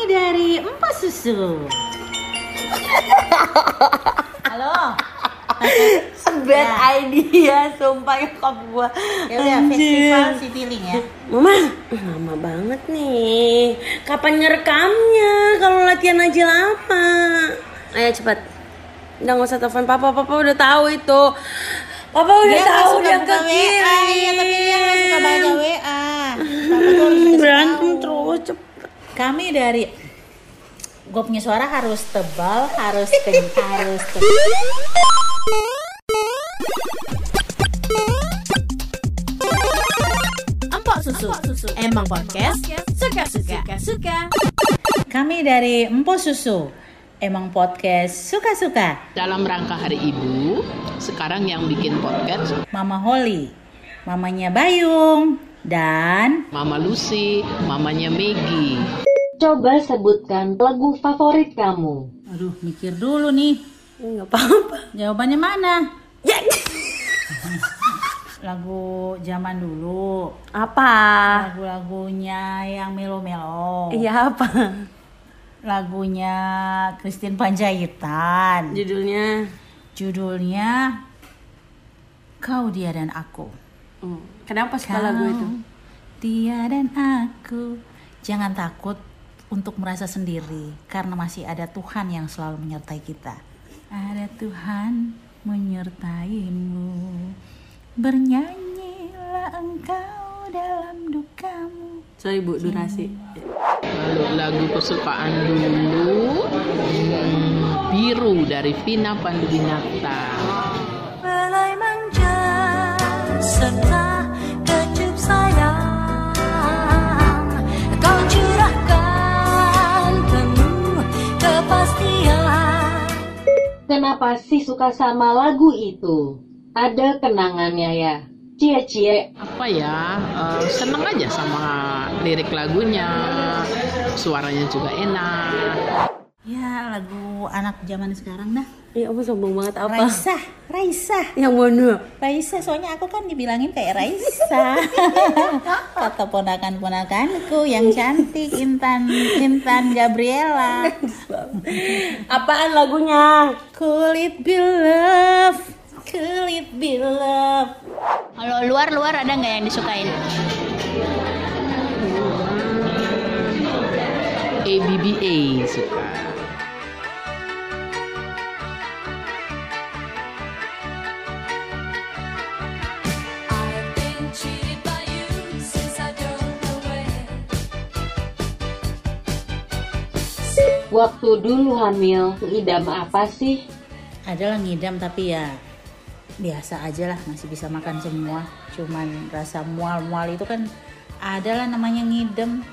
dari Empo Susu. Halo. Bad idea, sumpah nyokap gua. Ya udah, festival Citylink ya. Lama banget nih. Kapan ngerekamnya? Kalau latihan aja lama. Ayo cepat. Udah nggak usah telepon papa udah tahu itu. Papa udah tahu dia ke kiri. Ya, tapi dia nggak suka baca WA. Berantem terus cepet. Kami dari gue punya suara harus tebal, harus kencang, harus tebal. Empok Susu. Emang podcast suka. Kami dari Empo Susu. Emang podcast suka-suka. Dalam rangka Hari Ibu, sekarang yang bikin podcast Mama Holly, mamanya Bayung, dan Mama Lucy, mamanya Maggie. Coba sebutkan lagu favorit kamu. aduh mikir dulu nih. Nggak apa-apa. Jawabannya mana? Ya. Lagu zaman dulu. Apa? Lagu-lagunya yang melo-melo. Iya apa? Lagunya Christine Panjaitan. Judulnya Kau, Dia dan Aku. Kenapa suka lagu itu? Dia dan aku. Jangan takut untuk merasa sendiri, karena masih ada Tuhan yang selalu menyertai kita. Ada Tuhan menyertaimu. Bernyanyilah engkau dalam dukamu. Sorry Bu, durasi. Lalu lagu kesukaan dulu Biru dari Vina Panduwinata. Belai manja serta kecup sayang, kau curahkan penuh kepastian. Kenapa sih suka sama lagu itu? Ada kenangannya ya? Cie-cie. Apa ya, seneng aja sama lirik lagunya, suaranya juga enak. Ya, lagu anak zaman sekarang dah. Iya, aku sombong banget apa? Raisa. Yang mana? Raisa, soalnya aku kan dibilangin kayak Raisa. Kata ponakan-ponakanku yang cantik, Intan Gabriela. Apaan lagunya? Could it be love? Could it be love? Kalau luar ada nggak yang disukain? ABBA suka. I've been cheated by you since I don't know when. Waktu dulu hamil, ngidam apa sih? Adalah ngidam, tapi ya biasa aja lah, masih bisa makan semua. Cuman rasa mual-mual itu kan adalah namanya ngidam.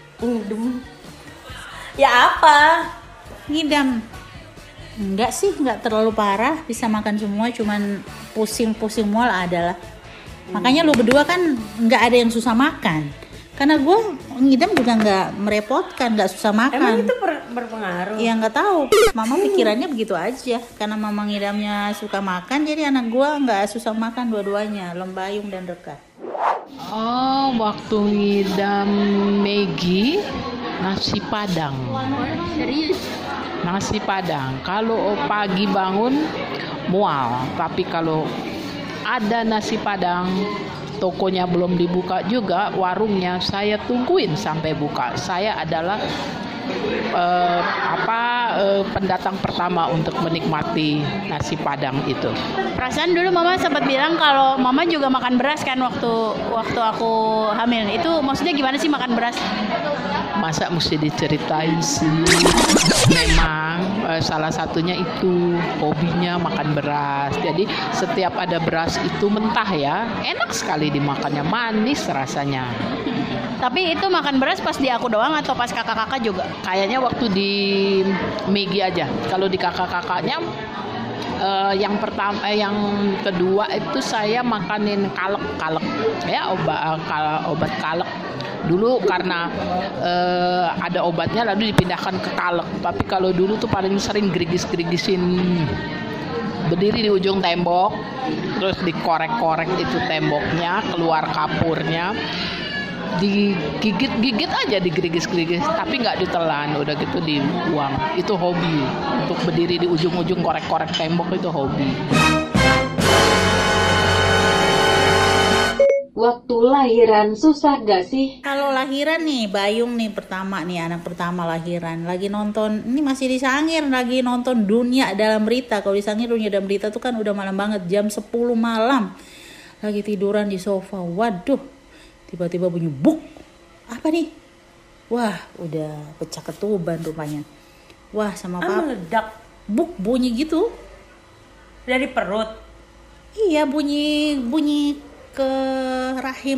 Ya apa? Ngidam enggak sih, enggak terlalu parah, bisa makan semua, cuman pusing-pusing mual adalah. Makanya lu berdua kan enggak ada yang susah makan, karena gue ngidam juga enggak merepotkan, enggak susah makan. Emang itu berpengaruh? Ya nggak tahu, mama pikirannya begitu aja, karena mama ngidamnya suka makan, jadi anak gue nggak susah makan dua-duanya, Lembayung dan Reka. Oh, waktu ngidam Maggie, nasi padang. Serius? Nasi padang. Kalau pagi bangun mual, tapi kalau ada nasi padang, tokonya belum dibuka juga, warungnya saya tungguin sampai buka. Saya adalah pendatang pertama untuk menikmati nasi padang itu. Perasaan dulu mama sempat bilang kalau mama juga makan beras kan waktu aku hamil. Itu maksudnya gimana sih makan beras? Masa mesti diceritain sih. Memang salah satunya itu hobinya makan beras. Jadi setiap ada beras itu mentah ya, enak sekali dimakannya, manis rasanya. Tapi itu makan beras pas di aku doang atau pas kakak-kakak juga? Kayaknya waktu di Maggie aja. Kalau di kakak-kakaknya yang kedua itu saya makanin kalek ya, obat kalek. Dulu karena ada obatnya lalu dipindahkan ke kalek. Tapi kalau dulu tuh paling sering gerigis-gerigisin, berdiri di ujung tembok, terus dikorek-korek itu temboknya, keluar kapurnya. digigit aja, digerigis-gerigis, tapi nggak ditelan, udah gitu dibuang. Itu hobi. Untuk berdiri di ujung-ujung korek-korek tembok itu hobi. Waktu lahiran susah gak sih? Kalau lahiran nih, Bayung nih pertama nih, anak pertama lahiran, lagi nonton, ini masih di Sangir, lagi nonton Dunia Dalam Berita. Kalau di Sangir Dunia Dalam Berita tuh kan udah malam banget, jam 10 malam. Lagi tiduran di sofa, waduh, tiba-tiba bunyi buk. Apa nih? Wah, udah pecah ketuban rupanya. Wah, sama papa. Meledak Buk, bunyi gitu. dari perut. Iya, bunyi ke rahim.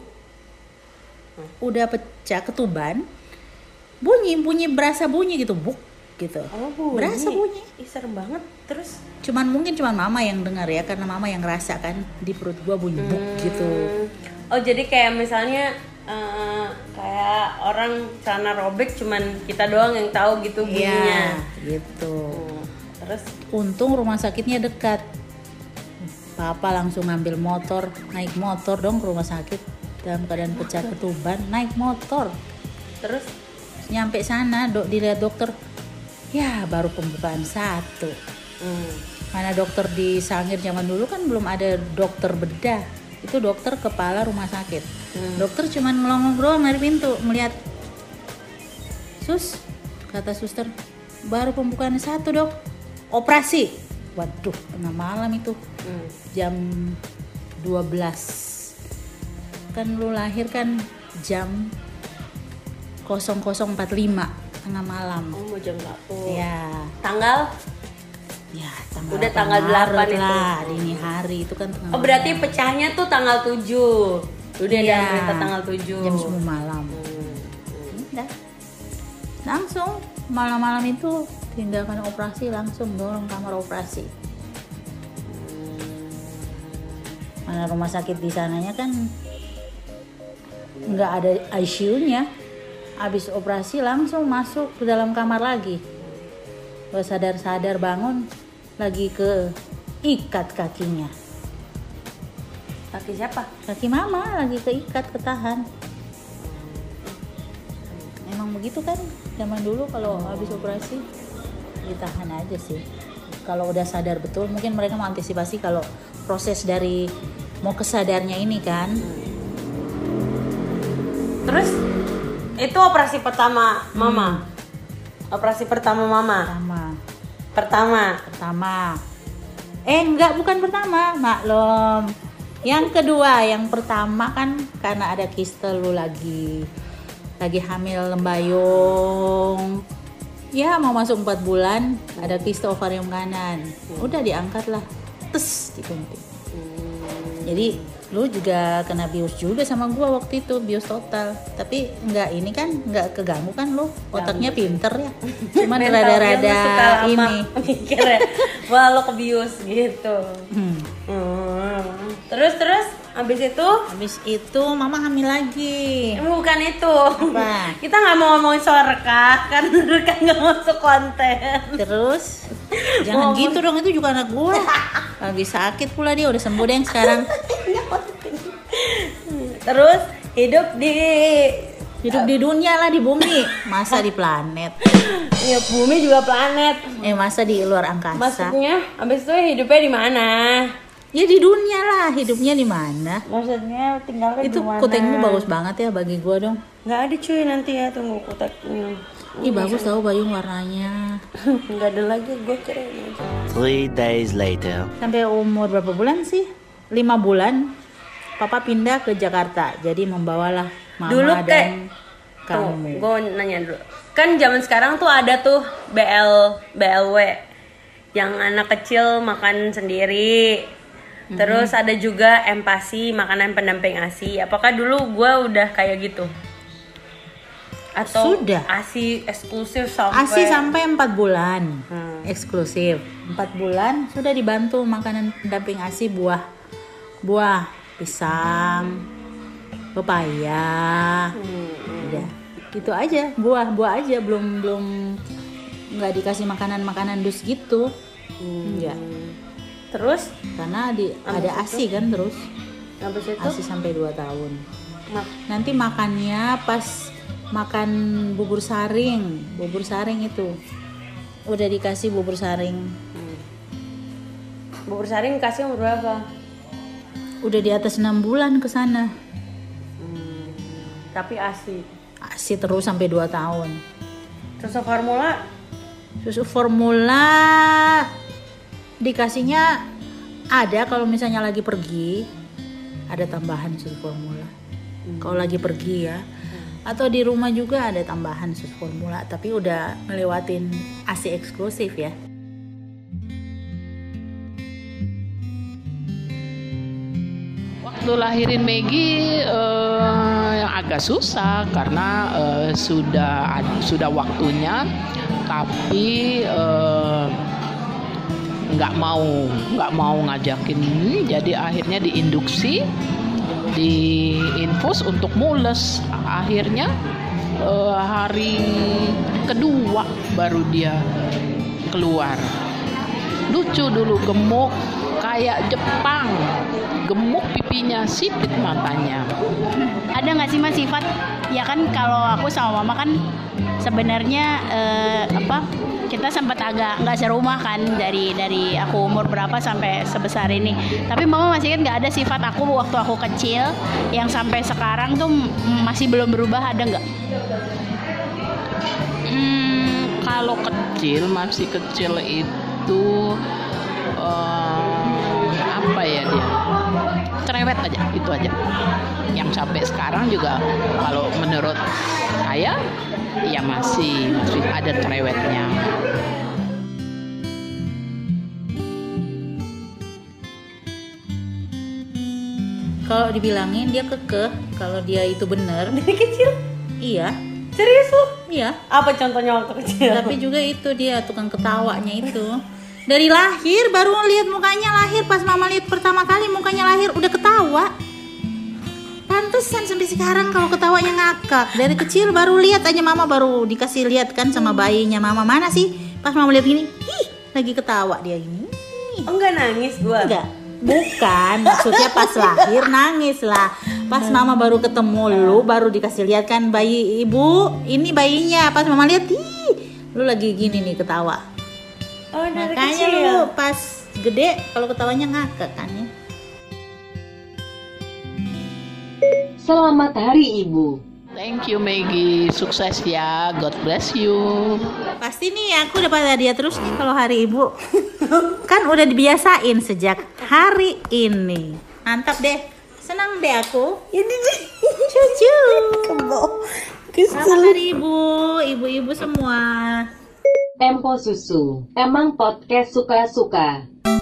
Udah pecah ketuban. Bunyi berasa bunyi gitu, buk gitu. Oh, bunyi. Berasa bunyi. Ih, serem banget. Terus Mungkin cuman mama yang dengar ya, karena mama yang ngerasa kan di perut gua bunyi buk gitu. oh, jadi kayak misalnya kayak orang celana robek cuman kita doang yang tahu gitu bunyinya. Iya, gitu. Terus Untung rumah sakitnya dekat. Papa langsung ngambil motor, naik motor dong ke rumah sakit dalam keadaan pecah ketuban, naik motor. terus Nyampe sana, dilihat dokter. Ya, baru pembukaan 1. Mana dokter di Sangir zaman dulu kan belum ada dokter bedah. Itu dokter kepala rumah sakit. Dokter cuman ngelongok doang dari pintu, melihat. Sus, kata suster, baru pembukaan 1 dok. Operasi. Waduh, tengah malam itu. Jam 12. Kan lu lahir kan jam 00.45 tengah malam. oh, mau jam 1. Ya, Tanggal? ya tanggal Udah 8 tanggal 8 Maret itu. lah, dini hari itu kan tengah Oh, berarti malam. pecahnya tuh tanggal 7. Udah Iya, ada berita tanggal 7. jam 10 malam. Udah. Langsung malam-malam itu tindakan operasi, langsung dorong kamar operasi. Mana rumah sakit di sananya kan nggak ada ICU-nya. Habis operasi langsung masuk ke dalam kamar lagi. Gak sadar-sadar bangun lagi ke ikat kakinya. Kaki siapa? Kaki mama lagi keikat, ketahan. Emang begitu kan zaman dulu kalau habis operasi ditahan aja sih. Kalau udah sadar betul mungkin mereka mau antisipasi kalau proses dari mau kesadarnya ini kan. Terus itu operasi pertama mama. Operasi pertama mama. Pertama. Enggak, bukan pertama, maklum. Yang kedua, yang pertama kan karena ada kiste, lu lagi hamil lembayung. Ya mau masuk 4 bulan, ada kiste ovarium kanan. Udah diangkat lah. Tes disuntik. Jadi lu juga kena bius juga sama gua waktu itu, bius total. Tapi enggak, ini kan enggak keganggu kan lu. Otaknya pinter ya. Cuman Mentalnya lu suka rada-rada lama ini. mikirnya. Wah, lo kebius gitu. Terus habis itu Habis itu mama hamil lagi. bukan itu. Apa? Kita nggak mau ngomongin soal Reka, kan Reka nggak masuk konten. Terus jangan gitu dong, itu juga anak gua. Lagi sakit pula dia, udah sembuh deh sekarang. Terus hidup Hidup di dunia lah, di bumi. Masa di planet. ya bumi juga planet. Masa di luar angkasa. Maksudnya habis itu hidupnya di mana? Ya di dunia lah, hidupnya di mana? Maksudnya tinggalnya Itu di mana? kutengmu bagus banget ya bagi gua dong. Nggak ada cuy, nanti ya tunggu kuteknya. Ih bagus tau Bayung warnanya. Nggak ada lagi, gue kirain aja. 3 days later. Sampai umur berapa bulan sih? 5 bulan. Papa pindah ke Jakarta. Jadi membawalah mama Dulu dan Tuh, kamu. gue nanya dulu. Kan zaman sekarang tuh ada tuh BLW yang anak kecil makan sendiri. Terus ada juga empasi, makanan pendamping ASI. Apakah dulu gue udah kayak gitu? Atau Sudah. ASI eksklusif sampai ASI sampai 4 bulan eksklusif. 4 bulan sudah dibantu makanan pendamping ASI, buah pisang, pepaya. Udah. Itu aja, buah aja, belum nggak dikasih makanan dus gitu. Enggak. Terus Karena ada ASI kan terus. habis itu ASI sampai 2 tahun. Nanti makannya pas makan bubur saring itu udah dikasih bubur saring. Bubur saring kasih umur berapa? Udah di atas 6 bulan ke sana. Tapi ASI. ASI terus sampai 2 tahun. Susu formula? Susu formula dikasihnya ada kalau misalnya lagi pergi, ada tambahan susu formula. Kalau lagi pergi ya. Atau di rumah juga ada tambahan susu formula, tapi udah ngelewatin ASI eksklusif ya. Waktu lahirin Maggie agak susah karena sudah waktunya, tapi nggak mau ngajakin, jadi akhirnya diinduksi, diinfus untuk mules. Akhirnya hari kedua baru dia keluar. Lucu dulu, gemuk kayak Jepang, gemuk pipinya, sipit matanya. Ada nggak sih Mas sifat? Ya kan kalau aku sama Mama kan sebenarnya kita sempat agak nggak serumah kan dari aku umur berapa sampai sebesar ini. Tapi Mama masih kan nggak ada sifat aku waktu aku kecil yang sampai sekarang tuh masih belum berubah, ada nggak? Kalau masih kecil itu apa ya, dia cerewet aja, itu aja yang sampai sekarang juga kalau menurut saya ya masih ada cerewetnya. Kalau dibilangin dia kekeh, kalau dia itu bener. Dari kecil? Iya. Serius lu? Iya. Apa contohnya waktu kecil? Tapi juga itu dia tukang ketawanya itu. Dari lahir baru lihat mukanya, lahir pas Mama lihat pertama kali mukanya lahir udah ketawa. Pantesan sampai sekarang kalau ketawanya ngakak. Dari kecil baru lihat aja, Mama baru dikasih lihat kan sama bayinya Mama, mana sih? Pas Mama lihat gini, lagi ketawa dia gini. Oh, enggak nangis gua? Enggak. Bukan, maksudnya pas lahir nangis lah. Pas Mama baru ketemu lu, baru dikasih lihat kan bayi ibu, ini bayinya. Pas Mama lihat, lu lagi gini nih ketawa. Oh, dari Makanya kecil. lu pas gede kalau ketawanya ngakak kan ya. Selamat Hari Ibu. Thank you Maggie, sukses ya, God bless you. Pasti nih aku dapat hadiah terus nih kalau hari ibu. Kan udah dibiasain sejak hari ini. Mantap deh, senang deh aku. Ini deh. Cucu. Kesel. Selamat hari ibu, ibu-ibu semua. Tempo Susu. Emang podcast suka-suka.